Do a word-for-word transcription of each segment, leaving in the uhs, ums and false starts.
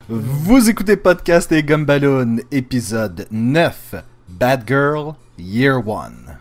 Vous écoutez Podcast et Gumballoon, épisode neuf, Bad Girl, Year One.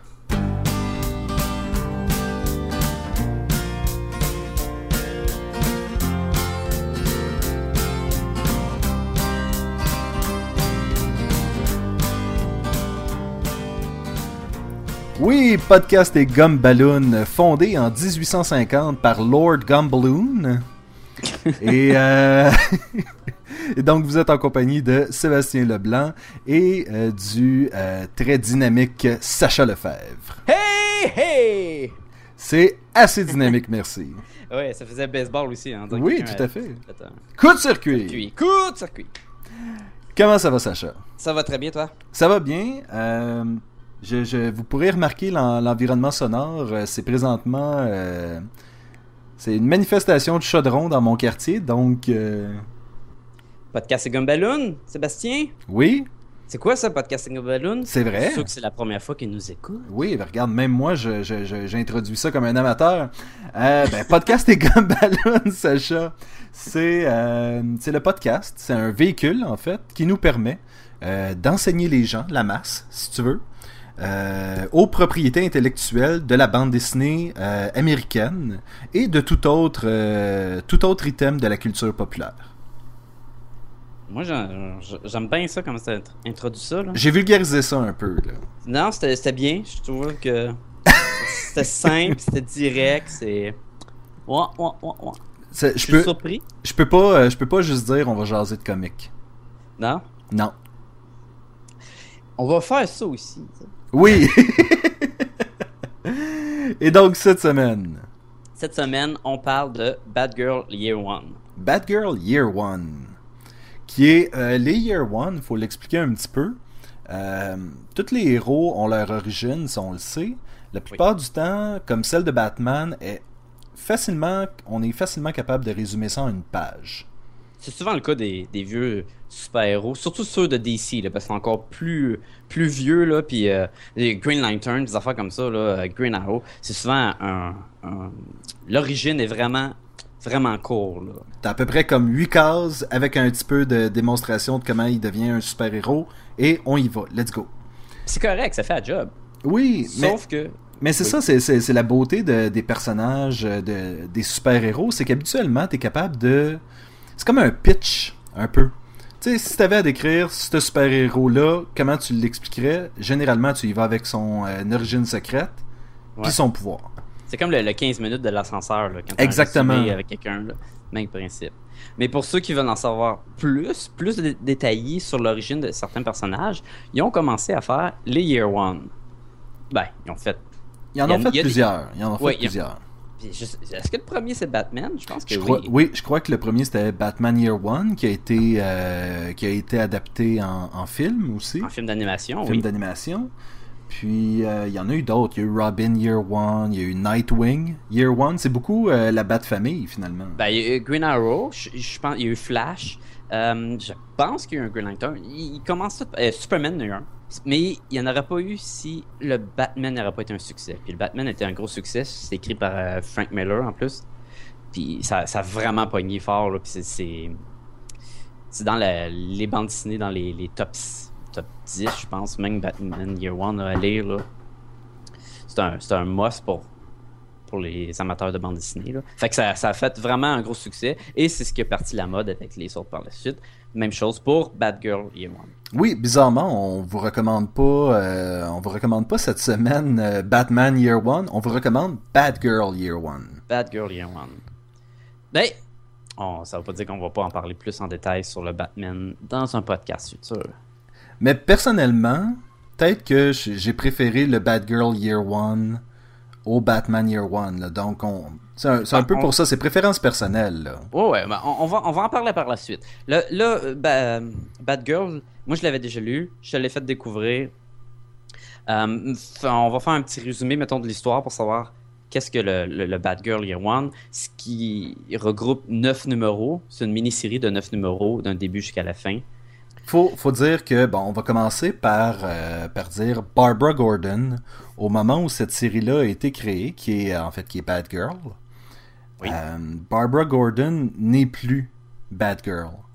Oui, Podcast et Gumballoon, fondé en dix-huit cent cinquante par Lord Gumballoon. Et, euh... et donc vous êtes en compagnie de Sébastien Leblanc et euh, du euh, très dynamique Sacha Lefebvre. Hey, hey! C'est assez dynamique, merci. Ouais, ça faisait baseball aussi. Hein, oui, tout à fait. Coup de circuit! circuit. Coup de circuit! Comment ça va, Sacha? Ça va très bien, toi? Ça va bien. Euh, je, je, vous pourrez remarquer l'en, l'environnement sonore. C'est présentement... Euh, c'est une manifestation de chaudron dans mon quartier, donc... Euh... Podcast et Gumballoon, Sébastien? Oui? C'est quoi ça, Podcast et Gumballoon? C'est vrai? C'est sûr que c'est la première fois qu'ils nous écoutent. Oui, ben regarde, même moi, je, je, je, j'introduis ça comme un amateur. Euh, ben, Podcast et Gumballoon, Sacha, c'est, euh, c'est le podcast. C'est un véhicule, en fait, qui nous permet euh, d'enseigner les gens, la masse, si tu veux, Euh, aux propriétés intellectuelles de la bande dessinée euh, américaine et de tout autre, euh, tout autre item de la culture populaire. Moi, j'aime, j'aime bien ça, comment ça introduit ça. Là. J'ai vulgarisé ça un peu. Là. Non, c'était, c'était bien. Je trouve que c'était simple, c'était direct, c'est... Ouais, ouais, ouais, ouais. C'est, je je suis peux, surpris. Je peux pas, euh, je peux pas juste dire on va jaser de comics. Non? Non. On va faire ça aussi. T'sais. Oui! Et donc, cette semaine... Cette semaine, on parle de Bad Girl Year One. Bad Girl Year One. Qui est... Euh, les Year One, il faut l'expliquer un petit peu. Euh, tous les héros ont leur origine, si on le sait. La plupart oui. du temps, comme celle de Batman, est facilement, on est facilement capable de résumer ça en une page. C'est souvent le cas des, des vieux super-héros, surtout ceux de D C, là, parce que c'est encore plus, plus vieux, là, puis euh, les Green Lantern, des affaires comme ça, là, Green Arrow, c'est souvent un, un... L'origine est vraiment, vraiment court, là. T'as à peu près comme huit cases avec un petit peu de démonstration de comment il devient un super-héros, et on y va, let's go. C'est correct, ça fait la job. Oui, Sauf mais... que... Mais c'est oui. ça, c'est, c'est, c'est la beauté de, des personnages, de, des super-héros, c'est qu'habituellement, t'es capable de... C'est comme un pitch, un peu. Tu sais, si t'avais à décrire ce super-héros-là, comment tu l'expliquerais? Généralement, tu y vas avec son euh, origine secrète, ouais. puis son pouvoir. C'est comme le, le quinze minutes de l'ascenseur, là, quand exactement. Tu avec quelqu'un, là. Même principe. Mais pour ceux qui veulent en savoir plus, plus de détaillés sur l'origine de certains personnages, ils ont commencé à faire les Year One. Ben, ils ont fait... Ils en ont fait plusieurs. Des... Ils en ont fait ouais, plusieurs. Est-ce que le premier c'est Batman? Je pense que je oui. Crois, oui, je crois que le premier c'était Batman Year One qui a été euh, qui a été adapté en, en film aussi. En film d'animation, film oui. d'animation. Puis il euh, y en a eu d'autres. Il y a eu Robin Year One, il y a eu Nightwing Year One. C'est beaucoup euh, la Bat-famille finalement. Ben, il y a eu Green Arrow, je, je pense, il y a eu Flash. Euh, je pense qu'il y a eu un Green Lantern. Il, il commence tout. Euh, Superman, il y a eu un. Mais il n'y en aurait pas eu si le Batman n'aurait pas été un succès. Puis le Batman était un gros succès. C'est écrit par euh, Frank Miller en plus. Puis ça, ça a vraiment pogné fort. Là. Puis c'est, c'est, c'est dans la, les bandes dessinées, dans les, les top, top dix, je pense. Même Batman Year One à lire. Là. C'est, un, c'est un must pour, pour les amateurs de bandes dessinées. Là. Fait que ça, ça a fait vraiment un gros succès. Et c'est ce qui a parti la mode avec les autres par la suite. Même chose pour Bad Girl Year One. Oui, bizarrement, on vous recommande pas, euh, on vous recommande pas cette semaine euh, Batman Year One. On vous recommande Bad Girl Year One. Bad Girl Year One. Ben, oh, ça veut pas dire qu'on va pas en parler plus en détail sur le Batman dans un podcast futur. Mais personnellement, peut-être que j'ai préféré le Bad Girl Year One au Batman Year One. Là. Donc, on, c'est un, c'est un ben, peu on... pour ça, c'est préférence personnelle. Là. Oh, ouais, ben, on, on, va, on va en parler par la suite. Là, là bah, Bad Girl, moi je l'avais déjà lu, je te l'ai fait découvrir. Euh, on va faire un petit résumé, mettons, de l'histoire pour savoir qu'est-ce que le, le, le Bad Girl Year One, ce qui regroupe neuf numéros. C'est une mini-série de neuf numéros, d'un début jusqu'à la fin. Faut, faut dire que, bon, on va commencer par, euh, par dire Barbara Gordon, au moment où cette série-là a été créée, qui est, en fait, qui est Bad Girl. Oui. Euh, Barbara Gordon n'est plus Bad Girl.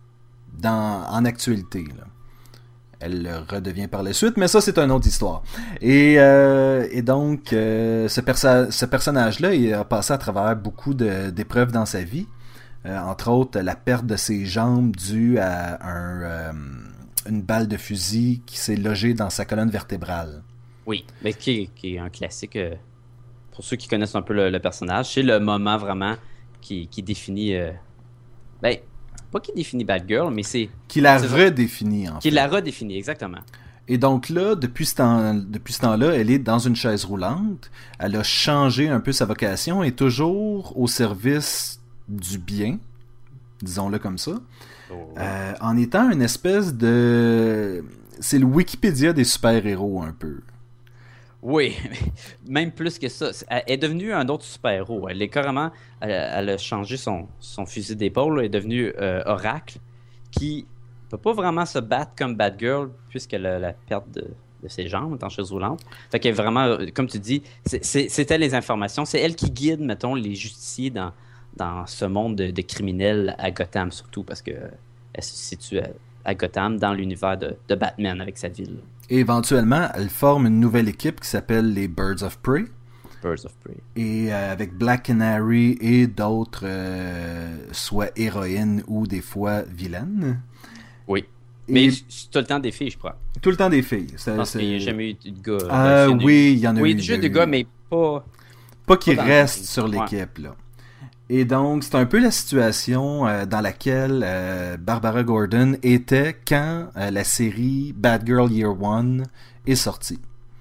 dans, en actualité, là. Elle le redevient par la suite, mais ça, c'est une autre histoire. Et, euh, et donc, euh, ce, perso- ce personnage-là, il a passé à travers beaucoup de, d'épreuves dans sa vie. Euh, entre autres, la perte de ses jambes due à un, euh, une balle de fusil qui s'est logée dans sa colonne vertébrale. Oui, mais qui est, qui est un classique. Euh, pour ceux qui connaissent un peu le, le personnage, c'est le moment vraiment qui, qui définit... Euh, ben, pas qui définit Batgirl, mais c'est... Qui la c'est redéfinit, en Qui fait. la redéfinit, exactement. Et donc là, depuis ce, temps, depuis ce temps-là, elle est dans une chaise roulante. Elle a changé un peu sa vocation et toujours au service du bien, disons-le comme ça, Oh. euh, en étant une espèce de... C'est le Wikipédia des super-héros, un peu. Oui, même plus que ça. Elle est devenue un autre super-héros. Elle est carrément... Elle, elle a changé son, son fusil d'épaule. Elle est devenue euh, Oracle, qui peut pas vraiment se battre comme Batgirl, puisqu'elle a la perte de, de ses jambes en chaise roulante. Fait qu'elle est vraiment, comme tu dis, c'est, c'est, c'était les informations. C'est elle qui guide, mettons, les justiciers dans, dans ce monde de, de criminels à Gotham, surtout, parce que elle se situe à, à Gotham, dans l'univers de, de Batman, avec sa ville. Et éventuellement, elle forme une nouvelle équipe qui s'appelle les Birds of Prey. Birds of Prey. Et euh, avec Black Canary et d'autres, euh, soit héroïnes ou des fois vilaines. Oui. Et Mais c'est tout le temps des filles, je crois. tout le temps des filles. Je Ça, pense c'est... qu'il n'y a jamais eu de gars. Ah Ben, oui, il y en a oui, eu. déjà il y a des eu. gars, mais pas... Pas qui pas dans restent le- sur Ouais. l'équipe, là. Et donc, c'est un peu la situation euh, dans laquelle euh, Barbara Gordon était quand euh, la série Bad Girl Year One est sortie.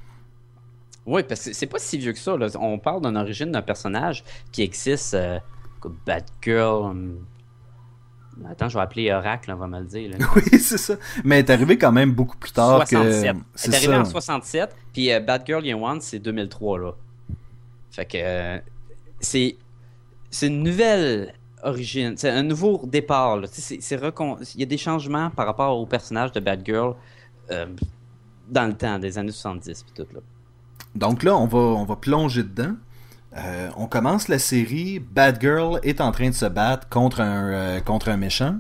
Oui, parce que c'est pas si vieux que ça. Là. On parle d'une origine d'un personnage qui existe euh, comme Batgirl. hum, Attends, je vais appeler Oracle, on va me le dire. Là. Oui, c'est ça. Mais elle est arrivée quand même beaucoup plus tard soixante-sept. que... Elle est arrivée en soixante-sept, puis euh, Batgirl Year One, c'est deux mille trois, là. Fait que euh, c'est c'est une nouvelle origine, c'est un nouveau départ, là. Tu sais, c'est, c'est recon... Il y a des changements par rapport au personnage de Batgirl euh, dans le temps, des années soixante-dix, puis tout, là. Donc là, on va, on va plonger dedans. Euh, on commence la série. Batgirl est en train de se battre contre un, euh, contre un méchant.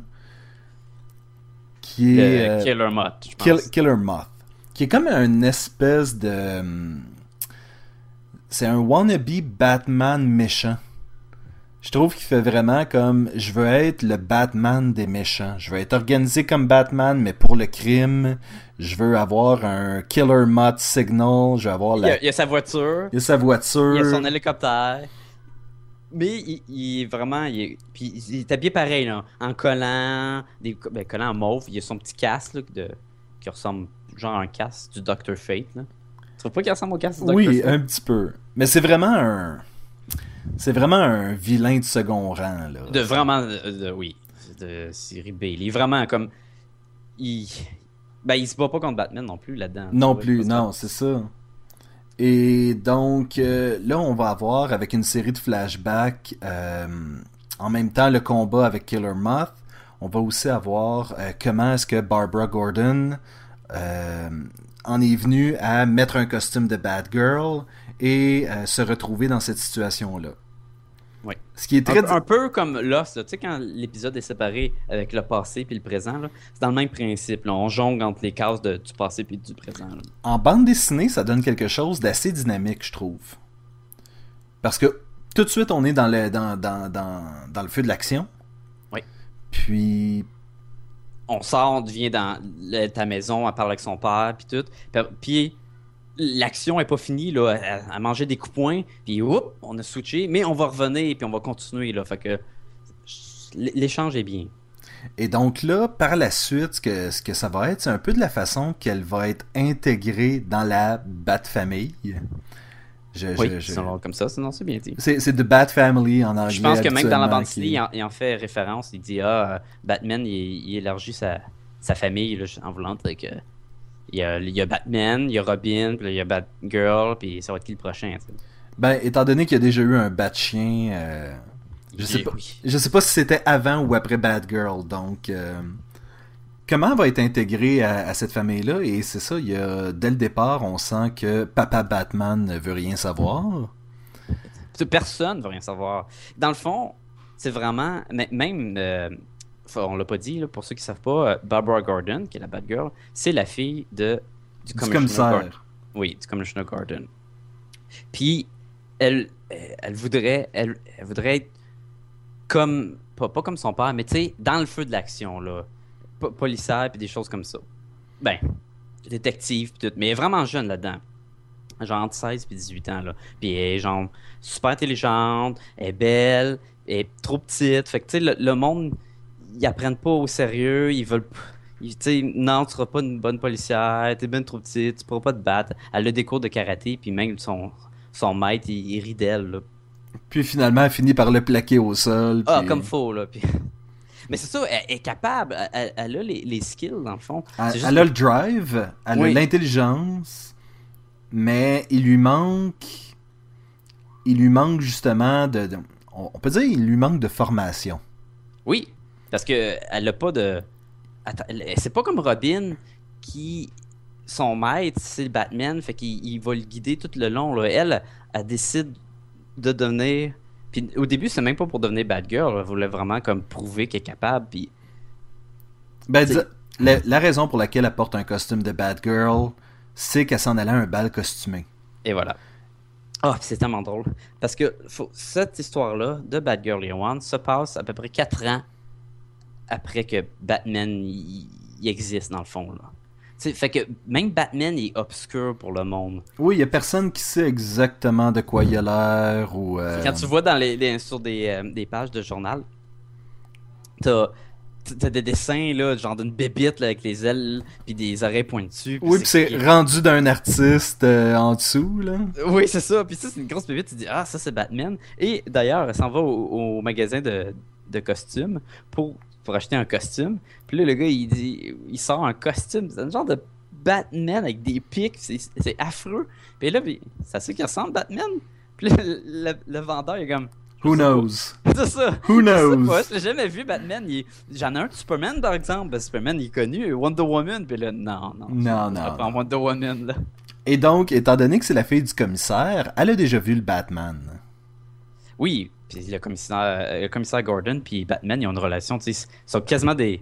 Qui Le est... euh, Killer Moth, je pense. Kill- Killer Moth. Qui est comme une espèce de... hum, C'est un wannabe Batman méchant. Je trouve qu'il fait vraiment comme... Je veux être le Batman des méchants. Je veux être organisé comme Batman, mais pour le crime. Je veux avoir un Killer Moth signal. Je veux avoir Il, la... y a, il y a sa voiture, Il y a sa voiture. il y a son hélicoptère. Mais il, il est vraiment. Il est, puis il est habillé pareil, là, en collant, des, ben, collant en mauve. Il a son petit casque là, de, qui ressemble genre à un casque du docteur Fate. Là. Tu trouves pas qu'il ressemble au casque du docteur Oui, Fate? un petit peu. Mais c'est vraiment un... C'est vraiment un vilain de second rang, là. De vraiment. De, de- oui. De série B. Il est vraiment comme. Il. Ben, il se bat pas contre Batman non plus là-dedans. Non tu vois, plus, parce que- non, c'est ça. Et donc, euh, là, on va avoir, avec une série de flashbacks, euh, en même temps, le combat avec Killer Moth. On va aussi avoir euh, comment est-ce que Barbara Gordon euh, en est venue à mettre un costume de Batgirl et euh, se retrouver dans cette situation-là. Oui. Ce qui est Un, très... peu- un peu comme Lost, là. Tu sais, quand l'épisode est séparé avec le passé puis le présent, là, c'est dans le même principe. Là. On jongle entre les cases de- du passé puis du présent. Là. En bande dessinée, ça donne quelque chose d'assez dynamique, je trouve. Parce que tout de suite, on est dans le, dans, dans, dans, dans le feu de l'action. Oui. Puis, On sort, on vient dans le- ta maison, elle parle avec son père puis tout. Puis, puis l'action est pas finie, là, à, à manger des coups de poing, puis oups, on a switché, mais on va revenir puis on va continuer. Là. Fait que l'échange est bien. et donc là, par la suite, ce que, ce que ça va être, c'est un peu de la façon qu'elle va être intégrée dans la Bat-famille. Je, Oui, je, je... sinon, comme ça, sinon c'est bien dit. C'est, c'est The Bat Family en anglais. Je pense que même dans la habituellement, bande dessinée, qui- il, en- il en fait référence. Il dit Ah, euh, Batman, il, il élargit sa, sa famille là, en voulant dire que il y, a, il y a Batman, il y a Robin, puis là, il y a Batgirl, puis ça va être qui le prochain? Tu sais? Ben, étant donné qu'il y a déjà eu un Bat-chien, euh, je Il sais dit, pas, oui. je sais pas si c'était avant ou après Batgirl, donc euh, comment elle va être intégrée à, à cette famille-là? Et c'est ça, il y a, dès le départ, on sent que Papa Batman ne veut rien savoir. Personne ne va rien savoir. Dans le fond, c'est vraiment. m- Même euh, enfin, on l'a pas dit, là, pour ceux qui savent pas, euh, Barbara Gordon, qui est la Batgirl, c'est la fille de, du, Du Commissioner commissaire. Gordon. Oui, du Commissioner Gordon. Puis, elle, elle, elle voudrait, elle, elle voudrait être comme, pas, pas comme son père, mais tu sais, dans le feu de l'action, là. Po- policière, puis des choses comme ça. Ben, détective, puis tout. Mais elle est vraiment jeune là-dedans. Genre entre seize puis dix-huit ans, là. Puis elle est genre super intelligente, elle est belle, elle est trop petite. Fait que, tu sais, le, le monde, ils apprennent pas au sérieux, ils veulent... Tu sais, non, tu seras pas une bonne policière, t'es bien trop petite, tu pourras pas te battre. Elle a des cours de karaté, puis même son, son maître, il, il rit d'elle, là. Puis finalement, elle finit par le plaquer au sol. Ah, puis... comme faux, là. Puis... Mais c'est ça, elle, elle est capable, elle, elle a les, les skills, dans le fond. Elle, C'est juste elle a le drive, elle Oui. a l'intelligence, mais il lui manque... Il lui manque justement de... de- On peut dire il lui manque de formation. Oui, parce que elle a pas de. Attends, elle- c'est pas comme Robin qui. Son maître, c'est le Batman, fait qu'il il va le guider tout le long. Là. Elle, elle décide de devenir. Puis au début, c'est même pas pour devenir Batgirl. Elle voulait vraiment comme prouver qu'elle est capable. Puis. Ben, C'est- dis- la, la raison pour laquelle elle porte un costume de Batgirl, c'est qu'elle s'en allait à un bal costumé. Et voilà. Ah, puis c'est tellement drôle. Parce que faut- cette histoire-là de Batgirl Year One se passe à peu près quatre ans après que Batman il il existe, dans le fond. Là. Tu sais, fait que même Batman est obscur pour le monde. Oui, il y a personne qui sait exactement de quoi il a l'air ou... euh, Quand tu vois dans les, les- sur des, euh, des pages de journal, t'as, t'as des dessins, là, genre d'une bébite là, avec les ailes puis des oreilles pointues. Oui, puis c'est écrit- rendu d'un artiste euh, en dessous, là. Oui, c'est ça. Puis ça, c'est une grosse bébite. Tu dis, ah, ça, c'est Batman. Et d'ailleurs, elle s'en va au, au magasin de, de costumes pour, pour acheter un costume. Puis là, le gars, il dit, il sort un costume. C'est un genre de Batman avec des pics. C'est, c'est affreux. Puis là, puis, c'est ça qui ressemble, Batman. Puis là, le, le, le vendeur, il est comme, Who je sais pas. knows? C'est ça. Who Je sais knows? pas, je l'ai jamais vu, Batman. il est- J'en ai un de Superman, par exemple. Ben, Superman, il est connu. Wonder Woman. Puis là, non, non. Non, ça non, prend non. Wonder Woman, là. Et donc, étant donné que c'est la fille du commissaire, elle a déjà vu le Batman. Oui, puis le commissaire, euh, le commissaire Gordon puis Batman, ils ont une relation, tu sais, ils sont quasiment des...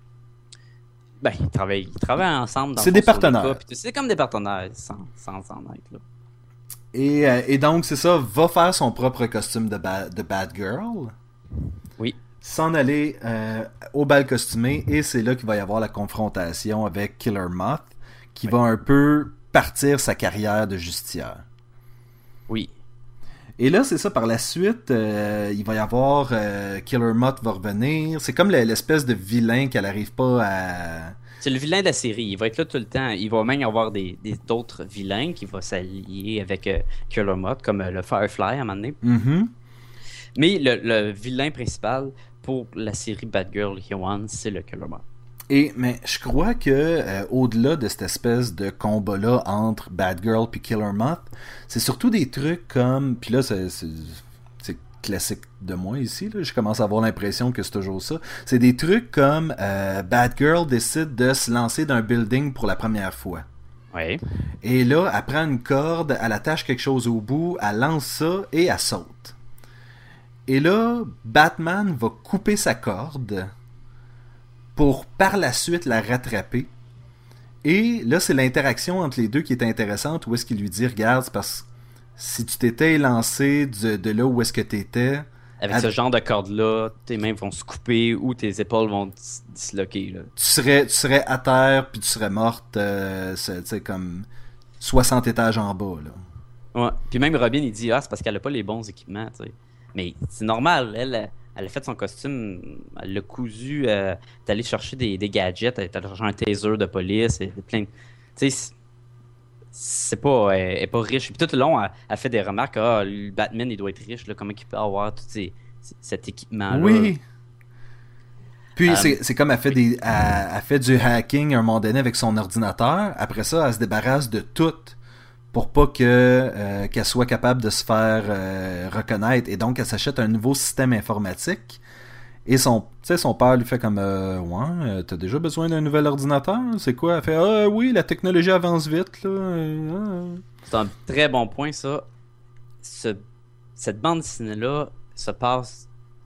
Ben, ils travaillent, ils travaillent ensemble. dans C'est le des fond, sur les partenaires. cas, puis tout- c'est comme des partenaires, sans, sans en être, là. Et, euh, et donc, c'est ça, va faire son propre costume de, ba- de Batgirl, Oui, s'en aller euh, au bal costumé, et c'est là qu'il va y avoir la confrontation avec Killer Moth, qui va un peu partir sa carrière de justicière. oui. Et là, c'est ça, par la suite, euh, il va y avoir... euh, Killer Moth va revenir. C'est comme le- l'espèce de vilain qu'elle arrive pas à... C'est le vilain de la série, il va être là tout le temps. Il va même y avoir des, des- d'autres vilains qui vont s'allier avec euh, Killer Moth, comme euh, le Firefly à un moment donné. Mhm. Mais le, le vilain principal pour la série Batgirl Year One, c'est le Killer Moth. Et, mais je crois que euh, au-delà de cette espèce de combat-là entre Batgirl et Killer Moth, c'est surtout des trucs comme... Puis là, c'est, c'est, c'est classique de moi ici, là. Je commence à avoir l'impression que c'est toujours ça. C'est des trucs comme euh, Batgirl décide de se lancer d'un building pour la première fois. Oui. Et là, elle prend une corde, elle attache quelque chose au bout, elle lance ça et elle saute. Et là, Batman va couper sa corde pour par la suite la rattraper. Et là, c'est l'interaction entre les deux qui est intéressante, où est-ce qu'il lui dit, regarde, c'est parce que si tu t'étais lancé de, de là où est-ce que t'étais... Avec Ad- ce genre de corde-là, tes mains vont se couper ou tes épaules vont dis- disloquer, là. Tu serais, tu serais à terre, puis tu serais morte, euh, c'est, tu sais, comme soixante étages en bas, là. Ouais. Puis même Robin, il dit, ah, c'est parce qu'elle a pas les bons équipements, tu sais. Mais c'est normal, elle, elle a fait son costume, elle l'a cousu, euh, t'es allé chercher des, des gadgets, elle est allée chercher un taser de police, et plein de... Tu sais, c'est- c'est pas... Elle, elle est pas riche. Puis tout le long, elle, elle fait des remarques, ah, le Batman, il doit être riche, là, comment il peut avoir tout ces, cet équipement-là. Oui. Puis Euh, c'est, c'est comme elle fait, des, elle, elle fait du hacking à un moment donné avec son ordinateur. Après ça, elle se débarrasse de tout pour pas que euh, qu'elle soit capable de se faire euh, reconnaître. Et donc, elle s'achète un nouveau système informatique. Et son, tu sais, son père lui fait comme euh, ouais, euh, t'as déjà besoin d'un nouvel ordinateur? C'est quoi? Elle fait ah oui, la technologie avance vite là. Euh, C'est un très bon point, ça. Ce- cette bande dessinée-là se passe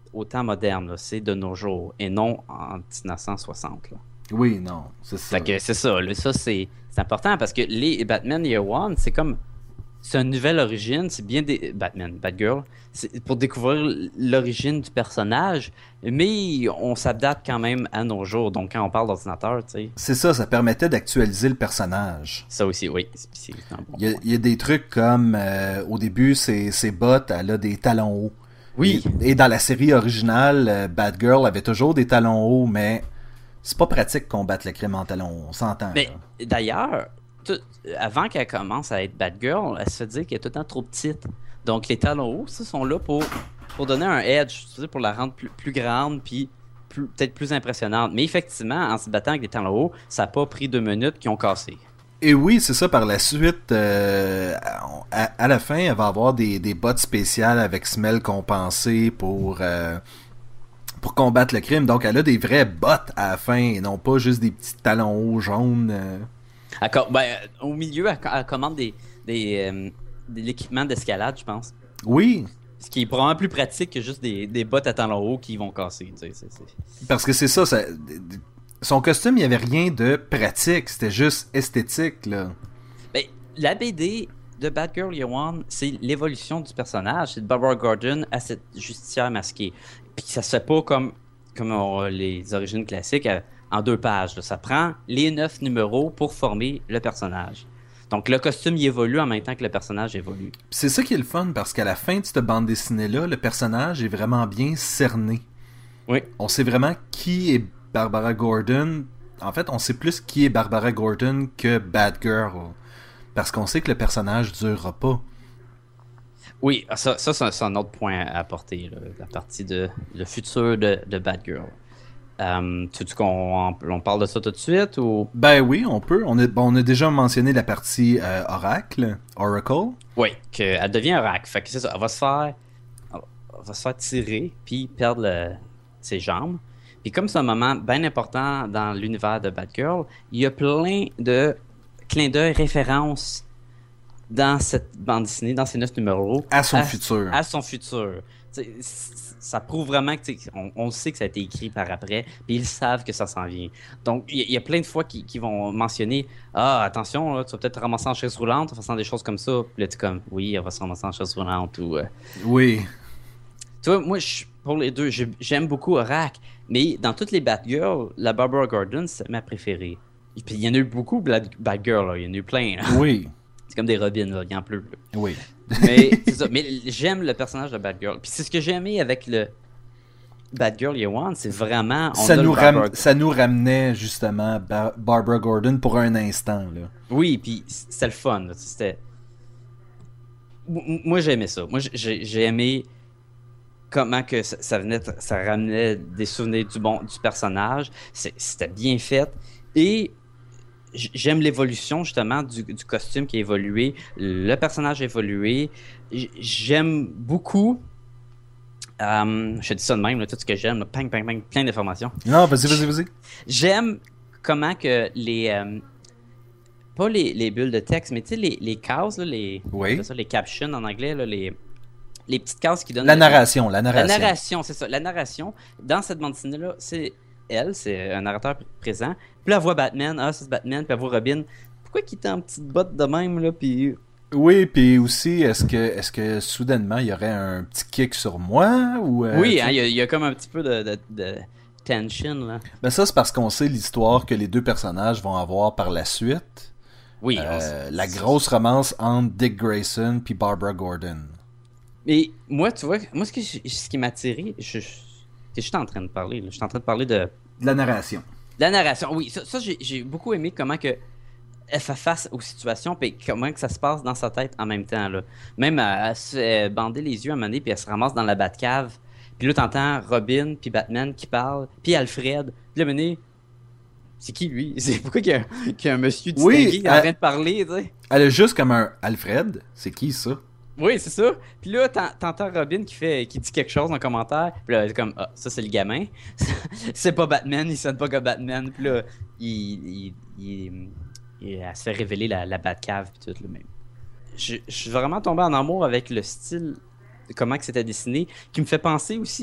au temps moderne, là. C'est de nos jours, et non en dix-neuf cent soixante, là. Oui, non, c'est ça. Fait que c'est ça, là, ça c'est, c'est important parce que les Batman Year One, c'est comme c'est une nouvelle origine, c'est bien des Batman, Batgirl, c'est pour découvrir l'origine du personnage, mais on s'adapte quand même à nos jours. Donc quand on parle d'ordinateur, tu sais. C'est ça, ça permettait d'actualiser le personnage. Ça aussi, oui. C'est, c'est un bon il, y a, il y a des trucs comme euh, au début, c'est c'est Bot, elle a des talons hauts. Oui. Et, et dans la série originale, euh, Batgirl avait toujours des talons hauts, mais c'est pas pratique qu'on batte le crime en talons hauts, on s'entend. Mais là. d'ailleurs, tout, avant qu'elle commence à être Batgirl, elle se fait dire qu'elle est tout le temps trop petite. Donc les talons hauts, ça, sont là pour, pour donner un edge, tu sais, pour la rendre plus, plus grande, puis plus, peut-être plus impressionnante. Mais effectivement, en se battant avec des talons hauts, ça n'a pas pris deux minutes qu'ils ont cassé. Et oui, c'est ça, par la suite, euh, à, à la fin, elle va avoir des, des bottes spéciales avec semelles compensées pour, euh, pour combattre le crime. Donc, elle a des vraies bottes à la fin, et non pas juste des petits talons hauts jaunes. Euh. Elle, ben, au milieu, elle, elle commande des, des, euh, de l'équipement d'escalade, je pense. Oui. Ce qui est probablement plus pratique que juste des, des bottes à talons hauts qui vont casser. Tu sais, c'est, c'est... Parce que c'est ça, ça, son costume, il n'y avait rien de pratique, c'était juste esthétique, là. Ben, la B D de Batgirl Year One, c'est l'évolution du personnage. C'est de Barbara Gordon à cette justicière masquée. Puis ça se fait pas comme, comme on, les origines classiques en deux pages. Là. Ça prend les neuf numéros pour former le personnage. Donc le costume il évolue en même temps que le personnage évolue. C'est ça qui est le fun, parce qu'à la fin de cette bande dessinée-là, le personnage est vraiment bien cerné. Oui. On sait vraiment qui est Barbara Gordon. En fait, on sait plus qui est Barbara Gordon que Batgirl. Parce qu'on sait que le personnage durera pas. Oui, ça, ça c'est, un, c'est un autre point à apporter, là, la partie de le futur de, de Batgirl. Euh, tu veux qu'on on parle de ça tout de suite ou? Ben oui, on peut. On a, bon, on a déjà mentionné la partie euh, Oracle, Oracle. Oui, qu'elle devient Oracle. Fait que c'est ça, elle va se faire, elle va se faire tirer puis perdre le, ses jambes. Puis comme c'est un moment bien important dans l'univers de Batgirl, il y a plein de clins d'œil, références dans cette bande dessinée, dans ces neuf numéros. À son à, futur. À son futur. T'sais, ça prouve vraiment que on, on sait que ça a été écrit par après, puis ils savent que ça s'en vient. Donc, il y, y a plein de fois qui, qui vont mentionner « Ah, attention, là, tu vas peut-être te ramasser en chaise roulante en faisant des choses comme ça. » Puis là, tu es comme « Oui, elle va se ramasser en chaise roulante. » ou euh... Oui. Tu vois, moi, je, pour les deux, j'aime beaucoup Oracle, mais dans toutes les Batgirls, la Barbara Gordon, c'est ma préférée. Et puis, il y en a eu beaucoup, Batgirl, là. Il y en a eu plein. Là. Oui. C'est comme des Robins, là. Il y en a plus. Là. Oui. Mais, c'est ça. Mais j'aime le personnage de Batgirl. Puis c'est ce que j'ai aimé avec le Batgirl Year One, c'est vraiment... On ça, nous ram... ça nous ramenait, justement, Bar- Barbara Gordon pour un instant, là. Oui, puis c'était le fun, là. C'était... Moi, j'ai aimé ça. Moi, j'ai, j'ai aimé comment que ça, ça venait, ça ramenait des souvenirs du bon du personnage. C'est, c'était bien fait. Et j'aime l'évolution, justement, du, du costume qui a évolué. Le personnage a évolué. J'aime beaucoup... Um, je dis ça de même, là, tout ce que j'aime, là, pang, pang, pang, plein d'informations. Non, vas-y, vas-y, vas-y. J'aime comment que les... Euh, pas les, les bulles de texte, mais tu sais, les, les cases, là, les, oui. ça, les captions en anglais, là, les, les petites cases qui donnent... La narration, la narration. La narration, c'est ça. La narration, dans cette bande dessinée-là, c'est elle, c'est un narrateur présent. Puis là, elle voit Batman, ah, c'est Batman, puis elle voit Robin. Pourquoi qu'il était en petite botte de même, là, puis... Oui, puis aussi, est-ce que, est-ce que soudainement, il y aurait un petit kick sur moi? Ou, euh, oui, il hein, y, y a comme un petit peu de, de, de tension, là. Ben ça, c'est parce qu'on sait l'histoire que les deux personnages vont avoir par la suite. Oui. Euh, la grosse romance entre Dick Grayson puis Barbara Gordon. Mais moi, tu vois, moi, ce, que je, ce qui m'a attiré, je, je, je suis en train de parler, là, je suis en train de parler de... De la narration. De la narration, oui. Ça, ça j'ai, j'ai beaucoup aimé comment que elle fait face aux situations, puis comment que ça se passe dans sa tête en même temps, là. Même, elle, elle se fait bander les yeux à un moment donné, puis elle se ramasse dans la Batcave. Puis là, t'entends Robin, puis Batman qui parle, puis Alfred. Puis là, à un moment donné, c'est qui, lui? C'est pourquoi qu'il y a, qu'il y a un monsieur distingué oui, qui est en train de parler, tu sais? Elle est juste comme un Alfred. C'est qui, ça? Oui, c'est ça. Puis là, t'entends Robin qui fait, qui dit quelque chose en commentaire. Puis là, elle est comme, ah, ça, c'est le gamin. C'est pas Batman, il sonne pas comme Batman. Puis là, il... il, il et elle se fait révéler la, la Batcave puis tout le même. Je, je suis vraiment tombé en amour avec le style de comment que c'était dessiné, qui me fait penser aussi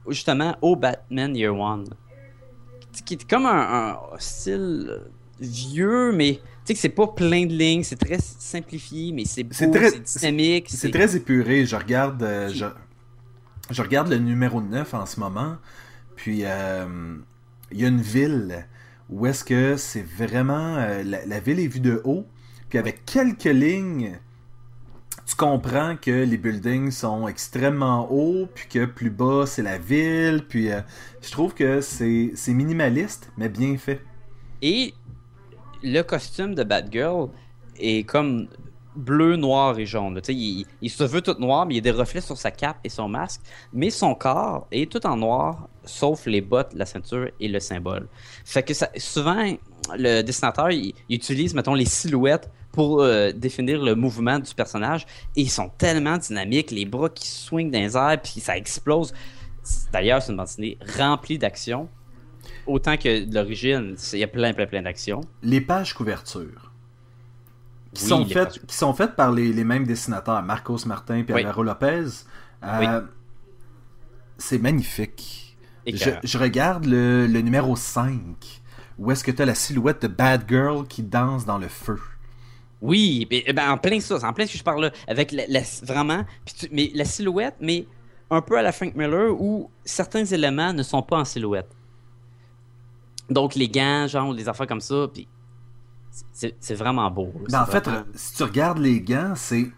justement au Batman Year One. Qui est comme un, un style vieux, mais tu sais que c'est pas plein de lignes, c'est très simplifié, mais c'est beau, c'est, très, c'est dynamique. C'est, c'est très épuré. Je regarde, euh, je, je regarde le numéro neuf en ce moment, puis il euh, y a une ville où est-ce que c'est vraiment... Euh, la, la ville est vue de haut, puis avec quelques lignes... Tu comprends que les buildings sont extrêmement hauts, puis que plus bas, c'est la ville. Puis euh, je trouve que c'est, c'est minimaliste, mais bien fait. Et le costume de Batgirl est comme bleu, noir et jaune. Tu sais, il, il se veut tout noir, mais il y a des reflets sur sa cape et son masque. Mais son corps est tout en noir, sauf les bottes, la ceinture et le symbole. Fait que ça, souvent, le dessinateur, il, il utilise, mettons, les silhouettes pour euh, définir le mouvement du personnage. Et ils sont tellement dynamiques, les bras qui swingent dans les airs, puis ça explose. D'ailleurs, c'est une bande dessinée remplie d'actions. Autant que de l'origine, il y a plein, plein, plein d'actions. Les pages couvertures. Qui, Oui, sont, les faites, pages... qui sont faites par les, les mêmes dessinateurs, Marcos Martin et Oui. Alvaro Lopez. Euh, Oui. C'est magnifique. Et Je, que... je regarde le, le numéro cinq, où est-ce que tu as la silhouette de Batgirl qui danse dans le feu. Oui, ben, ben, en plein ça, c'est en plein ce que je parle là, avec la, la- vraiment, puis tu- mais la silhouette, mais un peu à la Frank Miller où certains éléments ne sont pas en silhouette. Donc les gants, genre des affaires comme ça, puis c'est, c'est vraiment beau. Là, Ben, en c'est fait, vraiment... si tu regardes les gants, c'est.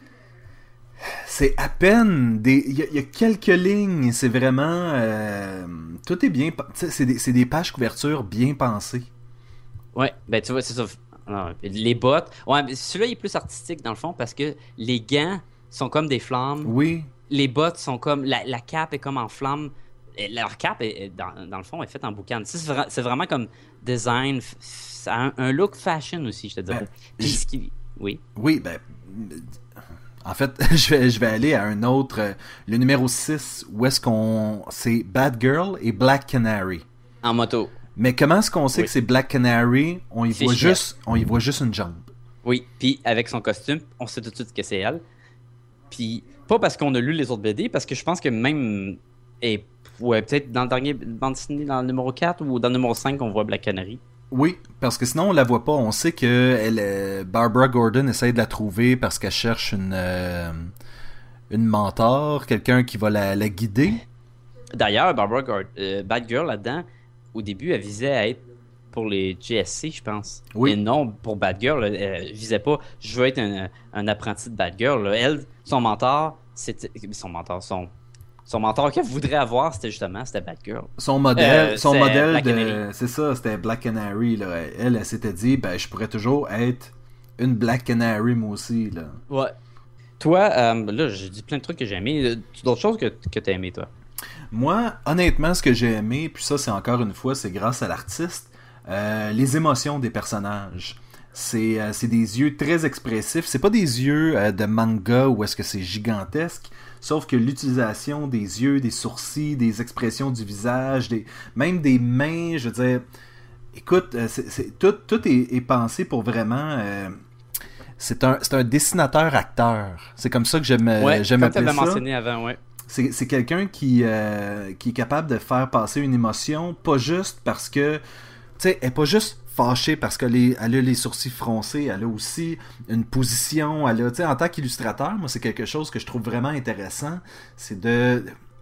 C'est à peine des. Il y, a- il y a quelques lignes, c'est vraiment. euh, Tout est bien. pa- tu sais, C'est des, c'est des pages couverture bien pensées. Ouais, ben tu vois, c'est ça. Non, les bottes, ouais, mais celui-là il est plus artistique dans le fond parce que les gants sont comme des flammes. Oui. Les bottes sont comme. La, la cape est comme en flamme. Et leur cape, est, est dans, dans le fond, est faite en boucan. Tu sais, c'est, vra- c'est vraiment comme design. f- Ça a un, un look fashion aussi, je te dirais. Ben, Puis je- ce qui- Oui. Oui, ben. En fait, je vais, je vais aller à un autre. euh, Le numéro six, où est-ce qu'on. C'est Batgirl et Black Canary. En moto. Mais comment est-ce qu'on sait Oui. que c'est Black Canary? On y, C'est voit cher. juste, on y voit juste une jambe. Oui. Puis avec son costume, on sait tout de suite que c'est elle. Puis pas parce qu'on a lu les autres B D, parce que je pense que même. Et, ouais, peut-être dans le dernier bande dessinée, dans le numéro quatre ou dans le numéro cinq, on voit Black Canary. Oui, parce que sinon on la voit pas. On sait que elle, euh, Barbara Gordon essaie de la trouver parce qu'elle cherche une, euh, une mentor, quelqu'un qui va la, la guider. D'ailleurs, Barbara Gord euh, Batgirl là-dedans, au début, elle visait à être pour les G S C, je pense. Oui. Et non, pour Batgirl, elle, elle visait pas. Je veux être un, un apprenti de Batgirl. Là. Elle, son mentor, c'était son mentor, son son mentor qu'elle voudrait avoir, c'était justement c'était Batgirl. Son modèle, Euh, son c'est modèle Black de, Canary. c'est ça, c'était Black Canary là. Elle, elle s'était dit, ben je pourrais toujours être une Black Canary moi aussi là. Ouais. Toi, euh, là, j'ai dit plein de trucs que j'ai aimé. Tu d'autres choses que, que t'as aimé, toi? Moi, honnêtement, ce que j'ai aimé, puis ça, c'est encore une fois, c'est grâce à l'artiste, euh, les émotions des personnages. C'est, euh, c'est des yeux très expressifs. C'est pas des yeux euh, de manga où est-ce que c'est gigantesque, sauf que l'utilisation des yeux, des sourcils, des expressions du visage, des, même des mains, je veux dire, écoute, euh, c'est, c'est, tout, tout est, est pensé pour vraiment... euh, c'est un, c'est un dessinateur-acteur. C'est comme ça que j'aime, Ouais, j'aime comme tu appeler avais ça. mentionné avant, ouais. C'est, c'est quelqu'un qui, euh, qui est capable de faire passer une émotion, pas juste parce que, tu sais, elle est pas juste fâchée parce qu'elle est- elle a les sourcils froncés, elle a aussi une position, elle a, tu sais, en tant qu'illustrateur, moi, c'est quelque chose que je trouve vraiment intéressant, c'est de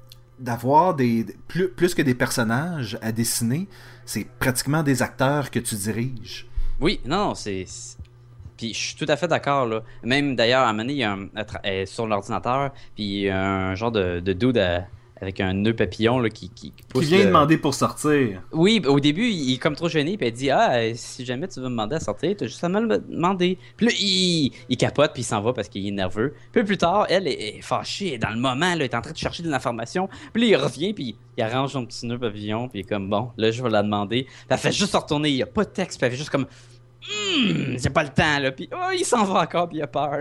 d'avoir des, plus, plus que des personnages à dessiner, c'est pratiquement des acteurs que tu diriges. Oui, non, non, c'est. c'est- Puis je suis tout à fait d'accord, là. Même d'ailleurs, à un moment donné, il y a un, elle tra- elle est sur l'ordinateur, puis il y a un genre de, de dude à- avec un nœud papillon là, qui, qui, qui pousse. Qui vient le- demander pour sortir. Oui, au début, il est comme trop gêné, puis elle dit ah, euh, si jamais tu veux me demander à sortir, t'as juste à me le demander. Puis là, il, il capote, puis il s'en va parce qu'il est nerveux. Puis plus tard, elle est, est fâchée, elle est dans le moment, là, elle est en train de chercher de l'information. Puis là, il revient, puis il arrange son petit nœud papillon, puis il est comme bon, là, je vais la demander. Puis elle fait juste se retourner, il n'y a pas de texte, puis elle fait juste comme hum, j'ai pas le temps, là. Puis oh, il s'en va encore, puis il a peur.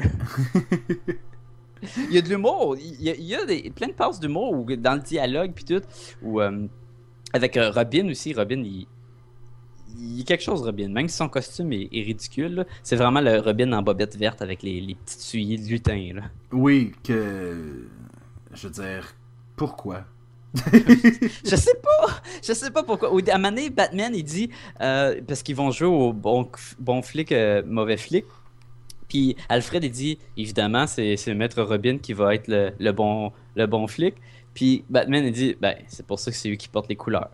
Il y a de l'humour, il y a, il y a des, plein de passes d'humour où, dans le dialogue, puis tout, où. euh, avec euh, Robin aussi, Robin, il, il y a quelque chose, Robin. Même si son costume est, est ridicule, là, c'est vraiment le Robin en bobette verte avec les, les petites souliers de lutin. Là. Oui, que... Je veux dire, pourquoi? Je sais pas, je sais pas pourquoi. Au- À un moment donné, Batman, il dit, euh, parce qu'ils vont jouer au bon, bon flic, euh, mauvais flic. Puis Alfred, il dit, évidemment, c'est c'est Maître Robin qui va être le, le bon, le bon flic. Puis Batman, il dit, ben, c'est pour ça que c'est lui qui porte les couleurs.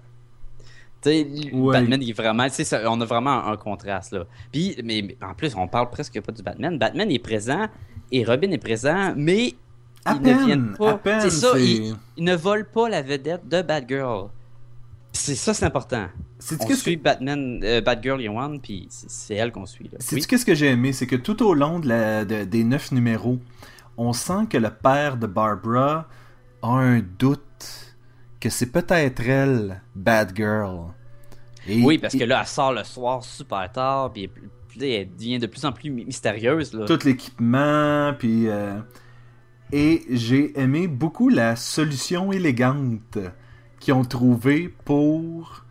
Tu sais, lui, Ouais. Batman, il est vraiment, tu sais, ça- on a vraiment un, un contraste, là. Puis, mais, mais en plus, on parle presque pas du Batman. Batman est présent et Robin est présent, mais À ils ne viennent peine, pas. à peine, C'est ça, c'est... ils, ils ne volent pas la vedette de Batgirl. C'est ça, c'est important. Sais-tu On qu'est-ce suit que... Batman, euh, Batgirl Year One, puis c'est c'est elle qu'on suit, là. Sais-tu Oui. qu'est-ce que j'ai aimé? C'est que tout au long de la, de- des neuf numéros, on sent que le père de Barbara a un doute que c'est peut-être elle, Batgirl. Et- Oui, parce et que là, elle sort le soir super tard, puis elle, puis elle devient de plus en plus my- mystérieuse, là. tout l'équipement, puis... euh, Et j'ai aimé beaucoup la solution élégante qu'ils ont trouvée pour...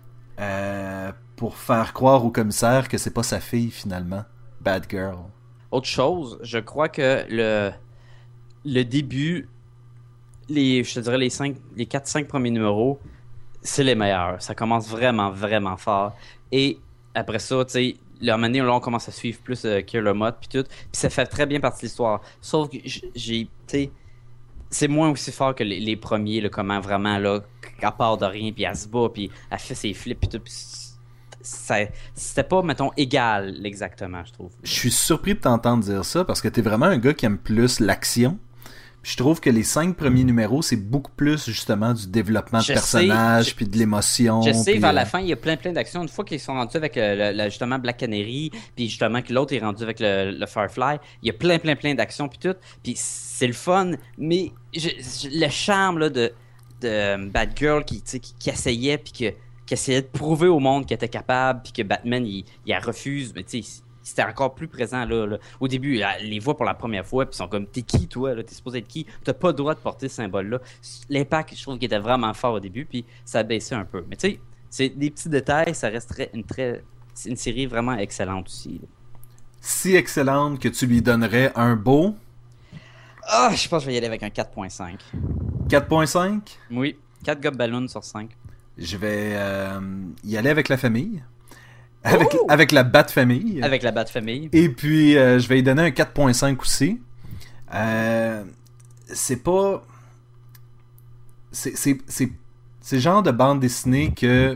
euh, pour faire croire au commissaire que c'est pas sa fille, finalement. Batgirl. Autre chose, je crois que le, le début, les, je te dirais les cinq, les quatre cinq premiers numéros, c'est les meilleurs. Ça commence vraiment, vraiment fort. Et après ça, tu sais, la manière là, on commence à suivre plus euh, Killer Moth puis tout. Puis ça fait très bien partie de l'histoire. Sauf que j- j'ai, tu sais, c'est moins aussi fort que les, les premiers, là, comment vraiment, là, qu'elle part de rien, puis elle se bat, puis elle fait ses flips, puis tout. Puis ça, c'était pas, mettons, égal, exactement, je trouve. Je suis surpris de t'entendre dire ça parce que t'es vraiment un gars qui aime plus l'action. Puis je trouve que les cinq premiers numéros, c'est beaucoup plus justement du développement de Je sais, personnages, je- puis de l'émotion. Je sais, puis, vers euh, la fin, il y a plein plein d'actions. Une fois qu'ils sont rendus avec euh, le, le- justement Black Canary, puis justement que l'autre est rendu avec le, le Firefly, il y a plein plein plein d'actions puis tout. Puis c'est le fun, mais je- je- le charme là, de, de Batgirl qui, tu sais, qui, qui essayait puis que, qui essayait de prouver au monde qu'elle était capable, puis que Batman il, il la refuse, mais tu sais, c'était encore plus présent là, là. Au début, elle les voit pour la première fois, puis ils sont comme, t'es qui toi, là? T'es supposé être qui? T'as pas le droit de porter ce symbole-là. L'impact, je trouve qu'il était vraiment fort au début, puis ça a baissé un peu. Mais tu sais, c'est des petits détails, ça resterait une très, c'est une série vraiment excellente aussi, là. Si excellente que tu lui donnerais un beau Ah, je pense que je vais y aller avec un quatre virgule cinq. quatre virgule cinq. Oui, quatre Gob Balloons sur cinq. Je vais euh, y aller avec la famille. Avec, Oh! avec la Bat-famille. Avec la Bat-Famille. Et puis, euh, je vais y donner un quatre virgule cinq aussi. Euh, c'est pas... C'est, c'est, c'est, c'est le genre de bande dessinée que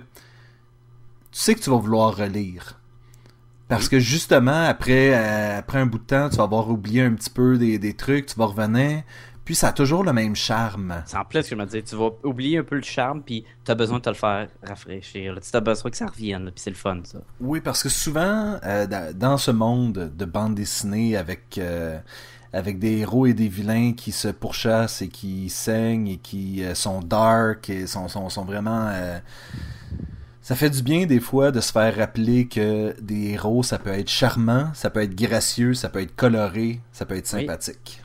tu sais que tu vas vouloir relire. Parce que justement, après, euh, après un bout de temps, tu vas avoir oublié un petit peu des, des trucs, tu vas revenir, puis ça a toujours le même charme. C'est en plus ce que je me disais. Tu vas oublier un peu le charme, puis t'as besoin de te le faire rafraîchir, là. Tu as besoin que ça revienne, là, puis c'est le fun, ça. Oui, parce que souvent, euh, dans, dans ce monde de bande dessinée avec, euh, avec des héros et des vilains qui se pourchassent et qui saignent et qui euh, sont dark et sont, sont, sont vraiment... euh, ça fait du bien des fois de se faire rappeler que des héros, ça peut être charmant, ça peut être gracieux, ça peut être coloré, ça peut être Oui. sympathique.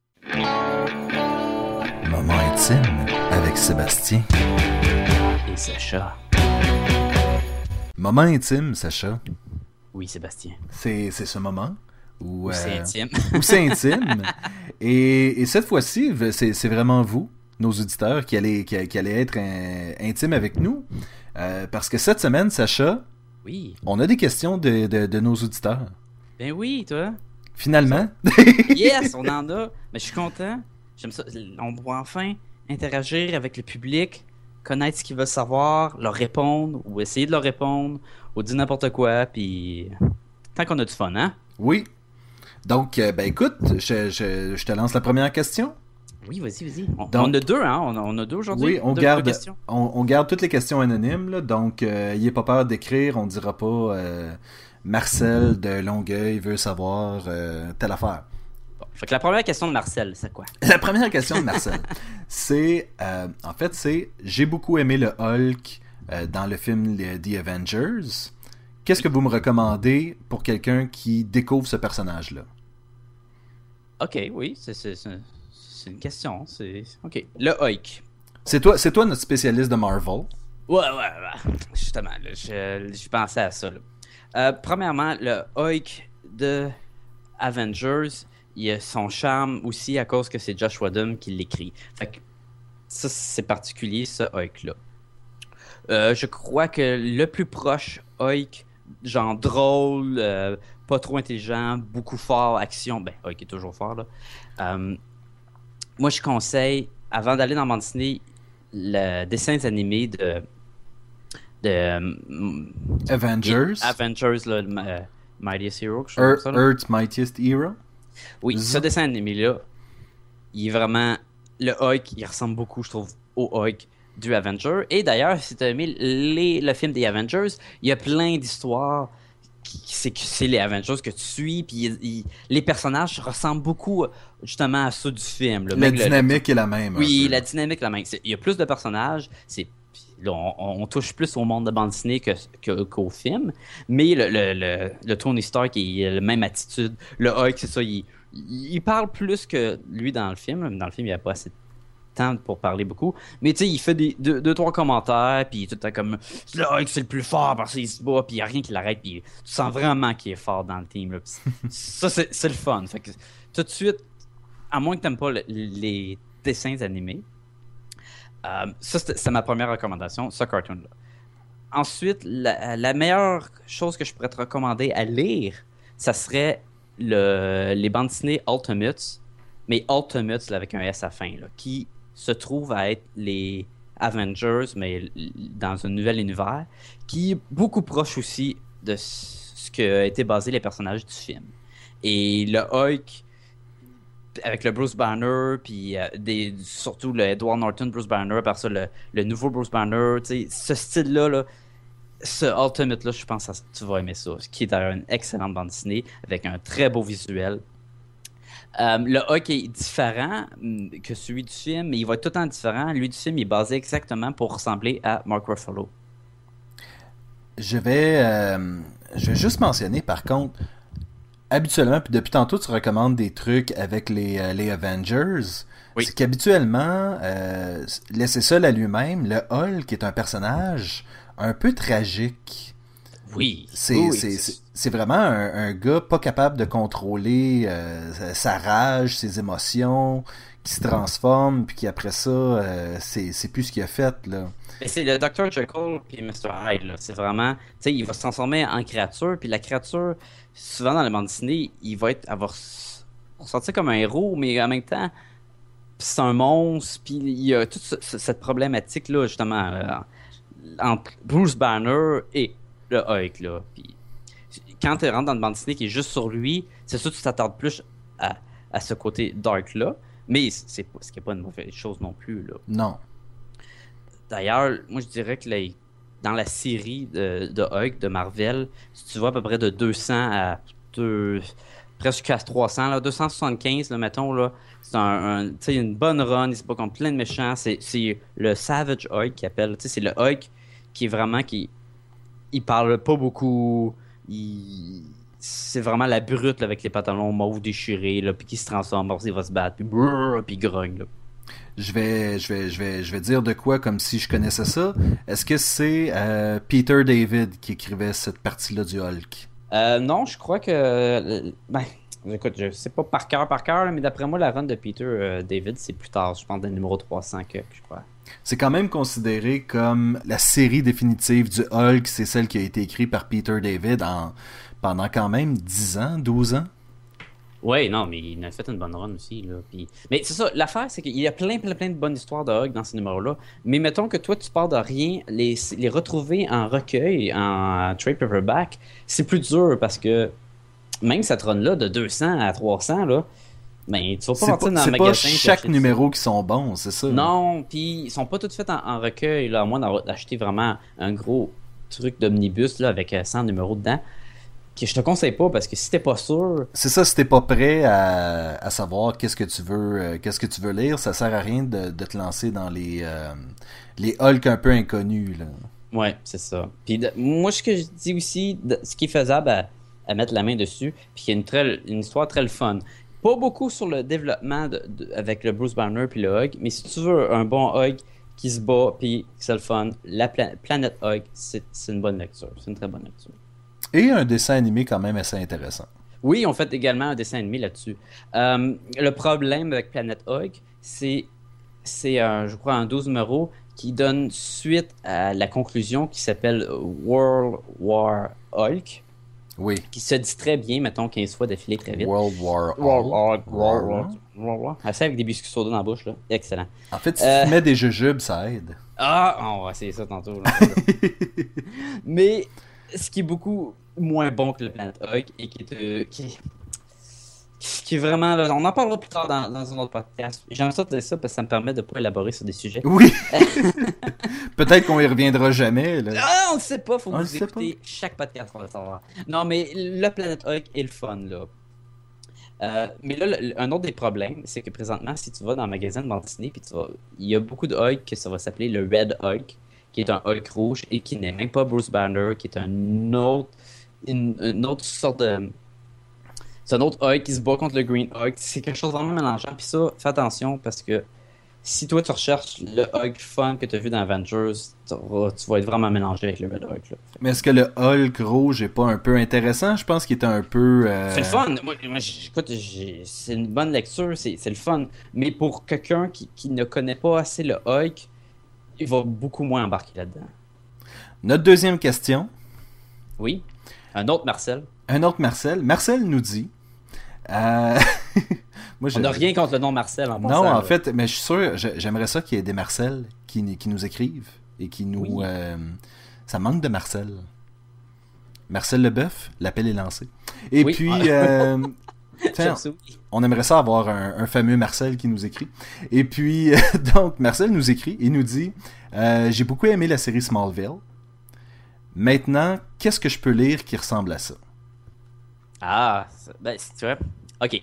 Moment intime avec Sébastien. Et Sacha. Moment intime, Sacha. Oui, Sébastien. C'est, c'est ce moment où... Ou c'est euh, intime. où c'est intime. Et, et cette fois-ci, c'est, c'est vraiment vous, nos auditeurs, qui allez, qui, qui allez être in- intimes avec nous. Euh, parce que cette semaine, Sacha, Oui. on a des questions de, de, de nos auditeurs. Ben oui, toi. Finalement. Yes, on en a. Mais je suis content. J'aime ça. On pourra enfin interagir avec le public, connaître ce qu'ils veulent savoir, leur répondre, ou essayer de leur répondre, ou dire n'importe quoi, puis tant qu'on a du fun, hein? Oui. Donc, euh, ben écoute, je, je, je te lance la première question. Oui, vas-y, vas-y. On, Donc- on a deux, hein? On a, on a deux aujourd'hui. Oui, on Deux- garde, deux questions. on, on garde toutes les questions anonymes, là, donc euh, n'ayez pas peur d'écrire, on dira pas euh, Marcel de Longueuil veut savoir euh, telle affaire. Bon. Fait que la première question de Marcel, c'est quoi? La première question de Marcel, c'est, euh, en fait, c'est, j'ai beaucoup aimé le Hulk euh, dans le film le- The Avengers. Qu'est-ce que vous me recommandez pour quelqu'un qui découvre ce personnage-là? Ok, oui, c'est, c'est, c'est, c'est une question. C'est... Ok. Le Hulk. C'est toi, c'est toi notre spécialiste de Marvel. Ouais, ouais, ouais. Justement, là, je, je pensais à ça, là. Euh, premièrement, le Hulk de Avengers, il a son charme aussi à cause que c'est Josh Whedon qui l'écrit. Fait que ça, c'est particulier, ce Hulk-là. Euh, je crois que le plus proche Hulk, genre drôle, euh, pas trop intelligent, beaucoup fort, action, ben Hulk est toujours fort, là. Euh, moi, je conseille, avant d'aller dans bande dessinée, le dessin animé de... de euh, Avengers. Avengers, là, le, euh, Mightiest Hero, je Earth, ça, là. Earth's Mightiest Hero. Oui, C'est ce ça? dessin animé-là, il est vraiment... Le Hulk, il ressemble beaucoup, je trouve, au Hulk du Avenger. Et d'ailleurs, si tu as aimé les, le film des Avengers, il y a plein d'histoires qui, qui- c'est que c'est les Avengers que tu suis, puis il- il- les personnages ressemblent beaucoup justement à ceux du film. là. La Même le- le- dynamique est la même. un oui, peu. la dynamique la même. C'est- Il y a plus de personnages, c'est là, on, on touche plus au monde de bande dessinée que, que- qu'au film, mais le, le, le, le Tony Stark, il a la même attitude. Le Hulk, c'est ça, il, il il parle plus que lui dans le film. Dans le film, il n'y a pas assez de temps pour parler beaucoup. Mais tu sais, il fait des, deux, deux, trois commentaires, puis tout le temps comme le Hulk, c'est le plus fort parce qu'il se bat, puis il n'y a rien qui l'arrête, puis tu sens vraiment qu'il est fort dans le team. Là. Puis ça, c'est, c'est le fun. Fait que, tout de suite, à moins que tu n'aimes pas le- les dessins animés, euh, ça, c'est, c'est ma première recommandation, ce cartoon-là. Ensuite, la, la meilleure chose que je pourrais te recommander à lire, ça serait le, les bandes dessinées Ultimates, mais Ultimates là, avec un S à la fin, là, qui se trouve à être les Avengers, mais l- dans un nouvel univers, qui est beaucoup proche aussi de ce que a été basé les personnages du film. Et le Hulk, avec le Bruce Banner, puis euh, des, surtout le Edward Norton, Bruce Banner, par ça, le, le nouveau Bruce Banner, tu sais, ce style-là, là, ce Ultimate-là, je pense que tu vas aimer ça. Ce qui est d'ailleurs une excellente bande dessinée, avec un très beau visuel. Euh, le Hulk est différent hum, que celui du film, mais il va être tout le temps différent. Lui du film, il est basé exactement pour ressembler à Mark Ruffalo. Je vais, euh, je vais juste mentionner, par contre, habituellement, puis depuis tantôt, tu recommandes des trucs avec les, euh, les Avengers. Oui. C'est qu'habituellement, euh, laisser seul à lui-même, le Hulk est un personnage un peu tragique. Oui. C'est, oui, c'est, c'est- c'est, c'est vraiment un, un gars pas capable de contrôler euh, sa rage, ses émotions, qui se transforme, puis qui après ça, euh, c'est, c'est plus ce qu'il a fait, là. Mais c'est le docteur Jekyll puis mister Hyde, là. C'est vraiment... Tu sais, il va se transformer en créature, puis la créature, souvent dans les bandes dessinées, il va être... avoir ressortir comme un héros, mais en même temps, c'est un monstre, puis il y a toute ce- ce- cette problématique-là, justement, euh, entre Bruce Banner et le Hulk, là. Puis quand tu rentres dans une bande dessinée qui est juste sur lui, c'est sûr que tu t'attardes plus à, à ce côté dark-là, mais c'est pas- ce qui n'est pas une mauvaise chose non plus, là. Non. D'ailleurs, moi je dirais que les- dans la série de, de Hulk de Marvel, si tu vois à peu près de deux cents à deux, presque à trois cents, là, deux cent soixante-quinze, là, mettons, là, c'est un, un- tu sais, une bonne run, il se bat contre plein de méchants. C'est, c'est le Savage Hulk qui appelle. Tu sais, c'est le Hulk qui est vraiment qui. Il parle pas beaucoup. Il, c'est vraiment la brute là, avec les pantalons mauves déchirés, là, puis qui se transforme, après, il va se battre, puis brrr, puis il grogne. Là. Je vais, je vais, je vais, je vais dire de quoi comme si je connaissais ça. Est-ce que c'est euh, Peter David qui écrivait cette partie-là du Hulk? Euh, non, je crois que. euh, Ben, écoute, je sais pas par cœur, par cœur, là, mais d'après moi, la run de Peter euh, David, c'est plus tard. Je pense dans le numéro trois cents que je crois. C'est quand même considéré comme la série définitive du Hulk. C'est celle qui a été écrite par Peter David en, pendant quand même dix ans, douze ans. Ouais, non, mais il a fait une bonne run aussi. Là. Puis... Mais c'est ça, l'affaire, c'est qu'il y a plein, plein, plein de bonnes histoires de Hulk dans ces numéros-là. Mais mettons que toi, tu pars de rien, les, les retrouver en recueil, en trade paperback, c'est plus dur parce que même cette run-là, de deux cents à trois cents, là, ben, tu vas pas C'est partir pas, dans c'est le pas magasin. chaque chercher numéro qui sont bons, c'est ça? Non, puis ils sont pas tous faits en, en recueil, là, à moins d'avoir- d'acheter vraiment un gros truc d'omnibus là, avec euh, cent numéros dedans. Que je te conseille pas parce que si t'es pas sûr, C'est ça, si t'es pas prêt à, à savoir qu'est-ce que tu veux euh, qu'est-ce que tu veux lire, ça sert à rien de, de te lancer dans les euh, les Hulk un peu inconnus, là. ouais, c'est ça. Puis de- moi, ce que je dis aussi, de- ce qui est faisable à, à mettre la main dessus, puis il y a une, très, une histoire très le fun. Pas beaucoup sur le développement de- de- avec le Bruce Banner puis le Hulk, mais si tu veux un bon Hulk qui se bat puis que c'est le fun, la pla- planète Hulk, c'est c'est une bonne lecture. C'est une très bonne lecture. Et un dessin animé quand même assez intéressant. Oui, on fait également un dessin animé là-dessus. Euh, le problème avec Planète Hulk, c'est c'est, un, je crois, un douze numéros qui donne suite à la conclusion qui s'appelle World War Hulk. Oui. Qui se dit très bien, mettons, quinze fois d'affilée très vite. World War World Hulk. War, World War, World War. Assez avec des biscuits soda dans la bouche, là. Excellent. En fait, si Euh, tu mets des jujubes, ça aide. Ah, on va essayer ça tantôt. Là. Mais ce qui est beaucoup moins bon que le Planet Hulk et qui est, euh, qui, qui est vraiment... Là, on en parlera plus tard dans, dans un autre podcast. J'aime ça de dire ça parce que ça me permet de pas élaborer sur des sujets. Oui. Peut-être qu'on y reviendra jamais. Là. Ah, on ne sait pas, faut On que le vous sait écoutez chaque podcast pour le savoir. Non, mais le Planet Hulk est le fun, là. Euh, mais là, le- un autre des problèmes, c'est que présentement, si tu vas dans un magasin de bande dessinée, puis tu vas, il y a beaucoup de Hulk que ça va s'appeler le Red Hulk, qui est un Hulk rouge et qui n'est même pas Bruce Banner, qui est un autre, une, une autre sorte de, c'est un autre Hulk qui se bat contre le Green Hulk. C'est quelque chose de vraiment mélangeant. Puis ça, fais attention parce que si toi tu recherches le Hulk fun que tu as vu dans Avengers, t'auras- tu vas être vraiment mélangé avec le Red Hulk. Là. Mais est-ce que le Hulk rouge est pas un peu intéressant? Je pense qu'il est un peu... euh, C'est le fun. Moi, moi, j'- écoute, j'ai- c'est une bonne lecture, c'est c'est le fun. Mais pour quelqu'un qui, qui ne connaît pas assez le Hulk, il va beaucoup moins embarquer là-dedans. Notre deuxième question. Oui. Un autre Marcel. Un autre Marcel. Marcel nous dit... euh, Moi, On n'a rien contre le nom Marcel en Non, passant, en là. fait, mais je suis sûr, je- j'aimerais ça qu'il y ait des Marcel qui, qui nous écrivent et qui nous... Oui. euh, ça manque de Marcel. Marcel Leboeuf, l'appel est lancé. Et Oui. puis, euh, J'aime tiens, ça, oui. on aimerait ça avoir un, un fameux Marcel qui nous écrit. Et puis, donc, Marcel nous écrit et nous dit euh, j'ai beaucoup aimé la série Smallville. Maintenant, qu'est-ce que je peux lire qui ressemble à ça? Ah, ça- ben, si tu veux. Ok.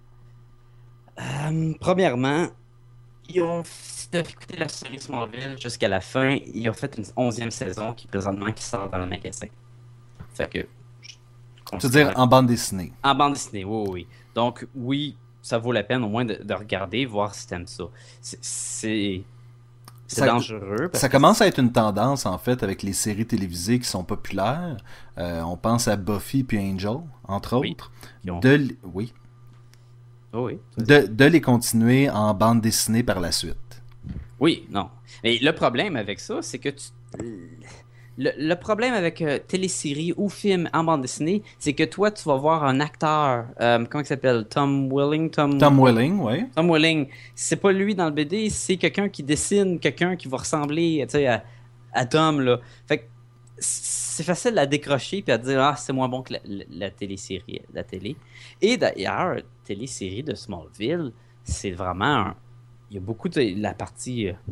Euh, premièrement, ils ont, si tu as écouté la série Smallville jusqu'à la fin, ils ont fait une onzième saison qui présentement qui sort dans le magasin. Fait que. je Tu veux dire en bande dessinée. En bande dessinée, oui, oui, oui. Donc, oui, ça vaut la peine au moins de, de regarder, voir si t'aimes ça. C'est- C'est c'est Ça- dangereux. Parce Ça que commence à être une tendance, en fait, avec les séries télévisées qui sont populaires. Euh, on pense à Buffy puis Angel, entre Oui. autres. Ils ont- De, l- oui. Oh, oui. De, de les continuer en bande dessinée par la suite. Oui, non. Mais le problème avec ça, c'est que tu. Le, le problème avec euh, télésérie ou film en bande dessinée, c'est que toi, tu vas voir un acteur, euh, comment il s'appelle? Tom Welling? Tom, Tom Welling, oui. Tom Welling. C'est pas lui dans le B D, c'est quelqu'un qui dessine, quelqu'un qui va ressembler tu sais, à, à Tom. Là. Fait que c'est facile à décrocher puis à dire ah c'est moins bon que la, la, la télésérie, la télé. Et d'ailleurs, télésérie de Smallville, c'est vraiment un... il y a beaucoup de la partie euh,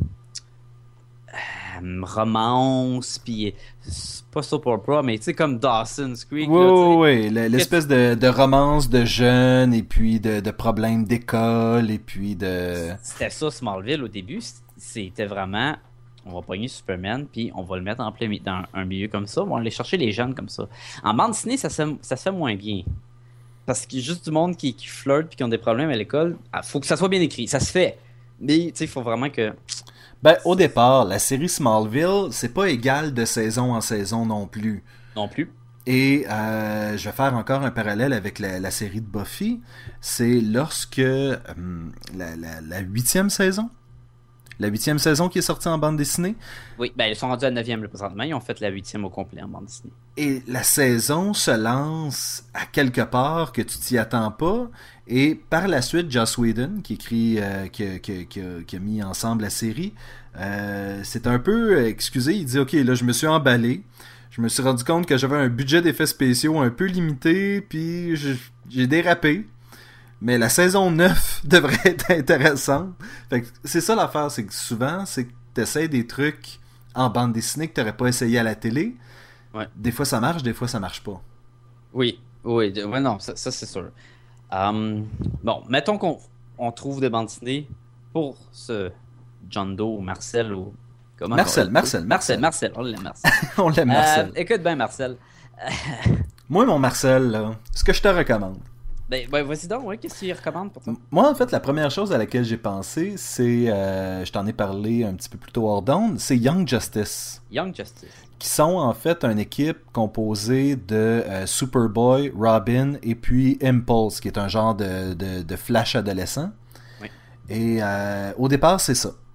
euh, romance puis c'est pas soap opera mais tu sais comme Dawson's Creek. Oui, là, tu sais. oui, oui. Le- L'espèce de, de romance de jeunes et puis de, de problèmes d'école et puis de... C'était ça Smallville au début, c'était vraiment on va pogner Superman puis on va le mettre en plein mi- dans un milieu comme ça, on va aller chercher les jeunes comme ça. En bande dessinée, ça se, ça se fait moins bien. Parce qu'il y a juste du monde qui, qui flirte puis qui ont des problèmes à l'école. Ah, faut que ça soit bien écrit, ça se fait. Mais tu sais, il faut vraiment que Ben, au départ, la série Smallville, c'est pas égal de saison en saison non plus. non plus. Et euh, je vais faire encore un parallèle avec la, la série de Buffy. C'est lorsque euh, la, la, la huitième saison, la huitième saison qui est sortie en bande dessinée, Oui, ben ils sont rendus à la neuvième là, présentement, ils ont fait la huitième au complet en bande dessinée. et la saison se lance à quelque part que tu t'y attends pas. Et par la suite, Joss Whedon, qui écrit, euh, qui, a- qui a- qui a- qui a mis ensemble la série, euh, c'est un peu euh, excusé. Il dit ok, là je me suis emballé. Je me suis rendu compte que j'avais un budget d'effets spéciaux un peu limité, puis je- j'ai dérapé. Mais la saison neuf devrait être intéressante. Fait que c'est ça l'affaire, c'est que souvent, c'est que t'essayes des trucs en bande dessinée que t'aurais pas essayé à la télé. Ouais. Des fois ça marche, des fois ça marche pas. Oui, oui, de- ouais, non, ça, ça, c'est sûr. Hum, bon, mettons qu'on on trouve des bandes dessinées pour ce John Doe ou Marcel ou. Comment Marcel, on- Marcel, Marcel, Marcel, on l'aime, Marcel. On l'aime, Marcel. Euh, écoute bien, Marcel. Moi, mon Marcel, là, ce que je te recommande. Ben, ben vas-y donc, ouais, qu'est-ce que tu recommandes pour toi? Moi, en fait, la première chose à laquelle j'ai pensé, c'est, euh, je t'en ai parlé un petit peu plus tôt hors d'onde, c'est Young Justice, Young Justice. qui sont en fait une équipe composée de euh, Superboy, Robin et puis Impulse, qui est un genre de, de, de Flash adolescent. Oui. Et euh, au départ, c'est ça.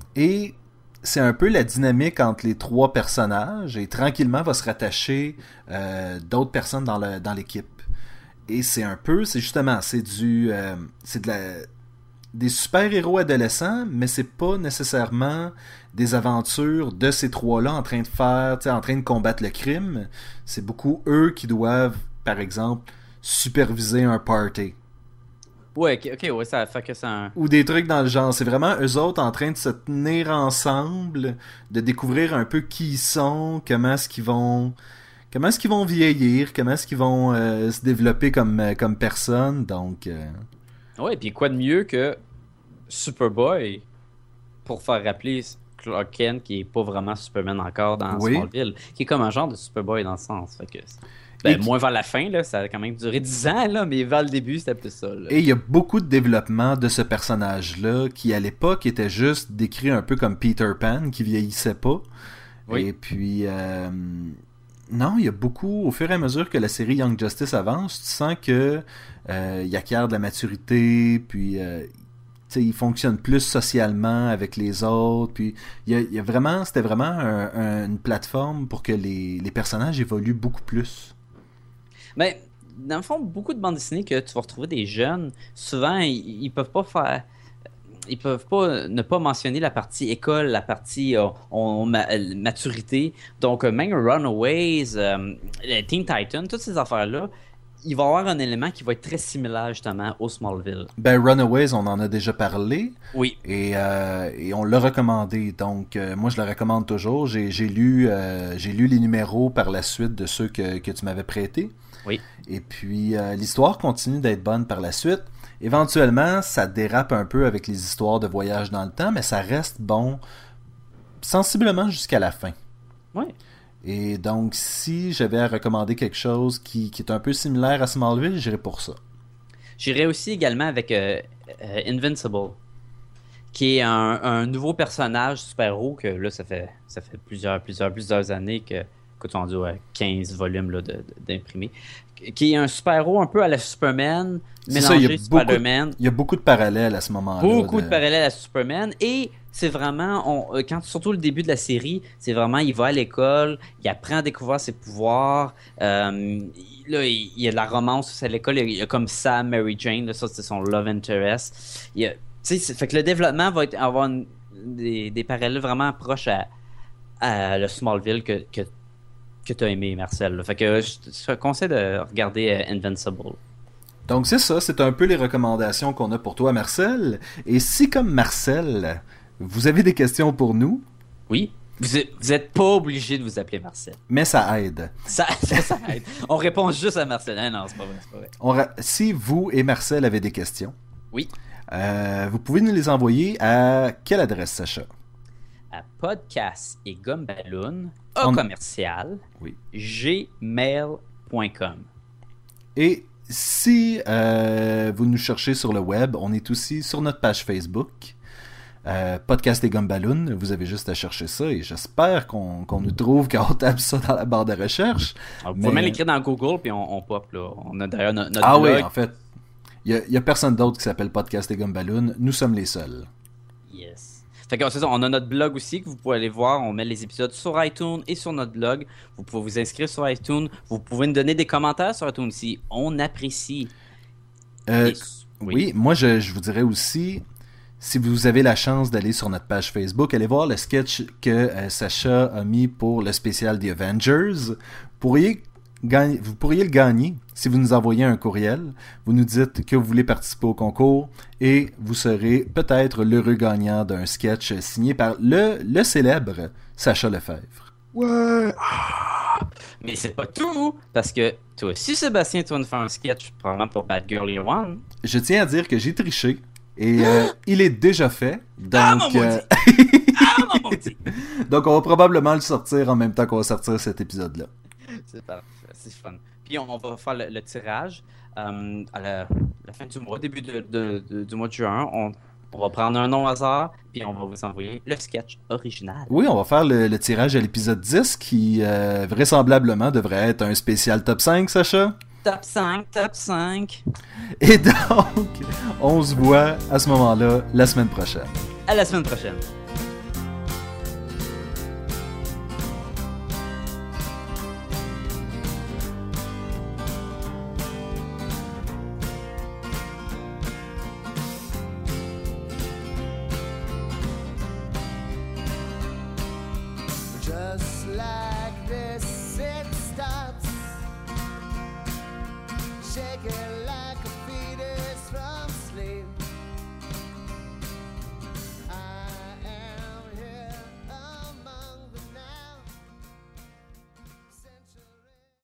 et c'est un peu la dynamique entre les trois personnages, et tranquillement va se rattacher euh, d'autres personnes dans, le, dans l'équipe. Et c'est un peu, c'est justement, c'est du, euh, c'est de la, des super-héros adolescents, mais c'est pas nécessairement des aventures de ces trois-là en train de faire, tu sais, en train de combattre le crime. C'est beaucoup eux qui doivent, par exemple, superviser un party. Ouais, ok, ok, ouais, ça fait que c'est un... Ou des trucs dans le genre. C'est vraiment eux autres en train de se tenir ensemble, de découvrir un peu qui ils sont, comment est-ce qu'ils vont... Comment est-ce qu'ils vont vieillir, comment est-ce qu'ils vont euh, se développer comme, comme personne, donc... Euh... Ouais, puis quoi de mieux que Superboy pour faire rappeler Clark Kent, qui est pas vraiment Superman encore dans oui. Smallville, qui est comme un genre de Superboy dans le sens, fait que... Ben, qui... moins vers la fin, là, ça a quand même duré dix ans, là, mais vers le début, c'était plus ça. Là. Et il y a beaucoup de développement de ce personnage-là, qui à l'époque était juste décrit un peu comme Peter Pan, qui vieillissait pas. Oui. Et puis, euh... non, il y a beaucoup, au fur et à mesure que la série Young Justice avance, tu sens que euh, il acquiert de la maturité, puis euh, tu sais, il fonctionne plus socialement avec les autres, puis il y a, il y a vraiment, c'était vraiment un, un, une plateforme pour que les, les personnages évoluent beaucoup plus. Ben, dans le fond, beaucoup de bandes dessinées que tu vas retrouver des jeunes, souvent, ils, ils peuvent pas faire... Ils peuvent pas ne pas mentionner la partie école, la partie euh, on, ma, maturité. Donc, euh, même Runaways, euh, Teen Titan, toutes ces affaires-là, il va y avoir un élément qui va être très similaire, justement, au Smallville. Ben, Runaways, on en a déjà parlé. Oui. Et, euh, et on l'a recommandé. Donc, euh, moi, je le recommande toujours. J'ai, j'ai, lu, euh, j'ai lu les numéros par la suite de ceux que, que tu m'avais prêtés. Oui. Et puis, euh, l'histoire continue d'être bonne par la suite. Éventuellement, ça dérape un peu avec les histoires de voyage dans le temps, mais ça reste bon sensiblement jusqu'à la fin. Oui. Et donc, si j'avais à recommander quelque chose qui, qui est un peu similaire à Smallville, j'irais pour ça. J'irais aussi également avec euh, euh, Invincible, qui est un, un nouveau personnage super-héros que là, ça fait, ça fait plusieurs, plusieurs, plusieurs années que... Écoute, on dit ouais, quinze volumes là, de, de, d'imprimés. Qui est un super-héros un peu à la Superman, c'est mélangé ça, Spider-Man. Il y a beaucoup de parallèles à ce moment-là. Beaucoup de, de parallèles à Superman. Et c'est vraiment, on, quand, surtout le début de la série, c'est vraiment, il va à l'école, il apprend à découvrir ses pouvoirs. Euh, là, il, il y a de la romance à l'école. Il y a comme Sam, Mary Jane, là, ça c'est son love interest. Il y a, tu sais, fait que le développement va être, avoir une, des, des parallèles vraiment proches à, à le Smallville que, que que tu as aimé, Marcel. Là. Fait que je te conseille de regarder euh, Invincible. Donc c'est ça, c'est un peu les recommandations qu'on a pour toi, Marcel. Et si, comme Marcel, vous avez des questions pour nous... Oui, vous êtes, vous êtes pas obligé de vous appeler Marcel. Mais ça aide. Ça, ça, ça aide. On répond juste à Marcel. Ah, non, c'est pas vrai, c'est pas vrai. On ra... Si vous et Marcel avez des questions, oui. euh, vous pouvez nous les envoyer à quelle adresse, Sacha? À podcast et gumballoon au On... commercial oui. gmail point com. Et si euh, vous nous cherchez sur le web, on est aussi sur notre page Facebook, euh, Podcast et Gumballoon. Vous avez juste à chercher ça et j'espère qu'on, qu'on nous trouve quand on tape ça dans la barre de recherche. Alors, vous mais... pouvez même l'écrire dans Google puis on, on pop là. On a d'ailleurs notre, notre ah blog. Ah oui, en fait, il n'y a, a personne d'autre qui s'appelle Podcast et Gumballoon. Nous sommes les seuls. Yes. Fait que, c'est ça, on a notre blog aussi que vous pouvez aller voir. On met les épisodes sur iTunes et sur notre blog. Vous pouvez vous inscrire sur iTunes. Vous pouvez nous donner des commentaires sur iTunes aussi. On apprécie. Euh, et, oui. oui, moi je, je vous dirais aussi, si vous avez la chance d'aller sur notre page Facebook, allez voir le sketch que euh, Sacha a mis pour le spécial The Avengers. Vous pourriez Gagne, vous pourriez le gagner si vous nous envoyez un courriel. Vous nous dites que vous voulez participer au concours et vous serez peut-être l'heureux gagnant d'un sketch signé par le, le célèbre Sacha Lefebvre. Ouais! Mais c'est pas tout, parce que toi aussi, Sébastien, tu vas nous faire un sketch probablement pour Bad Girl Year One. Je tiens à dire que j'ai triché et euh, il est déjà fait. Donc, ah, mon euh... ah, mon maudit! Donc, on va probablement le sortir en même temps qu'on va sortir cet épisode-là. C'est parfait, c'est fun. Puis on, on va faire le, le tirage euh, à la, la fin du mois, début de, de, de, du mois de juin. On, on va prendre un nom au hasard, puis on va vous envoyer le sketch original. Oui, on va faire le, le tirage à l'épisode dix qui euh, vraisemblablement devrait être un spécial top cinq, Sacha. Top cinq, top cinq. Et donc, on se voit à ce moment-là la semaine prochaine. À la semaine prochaine.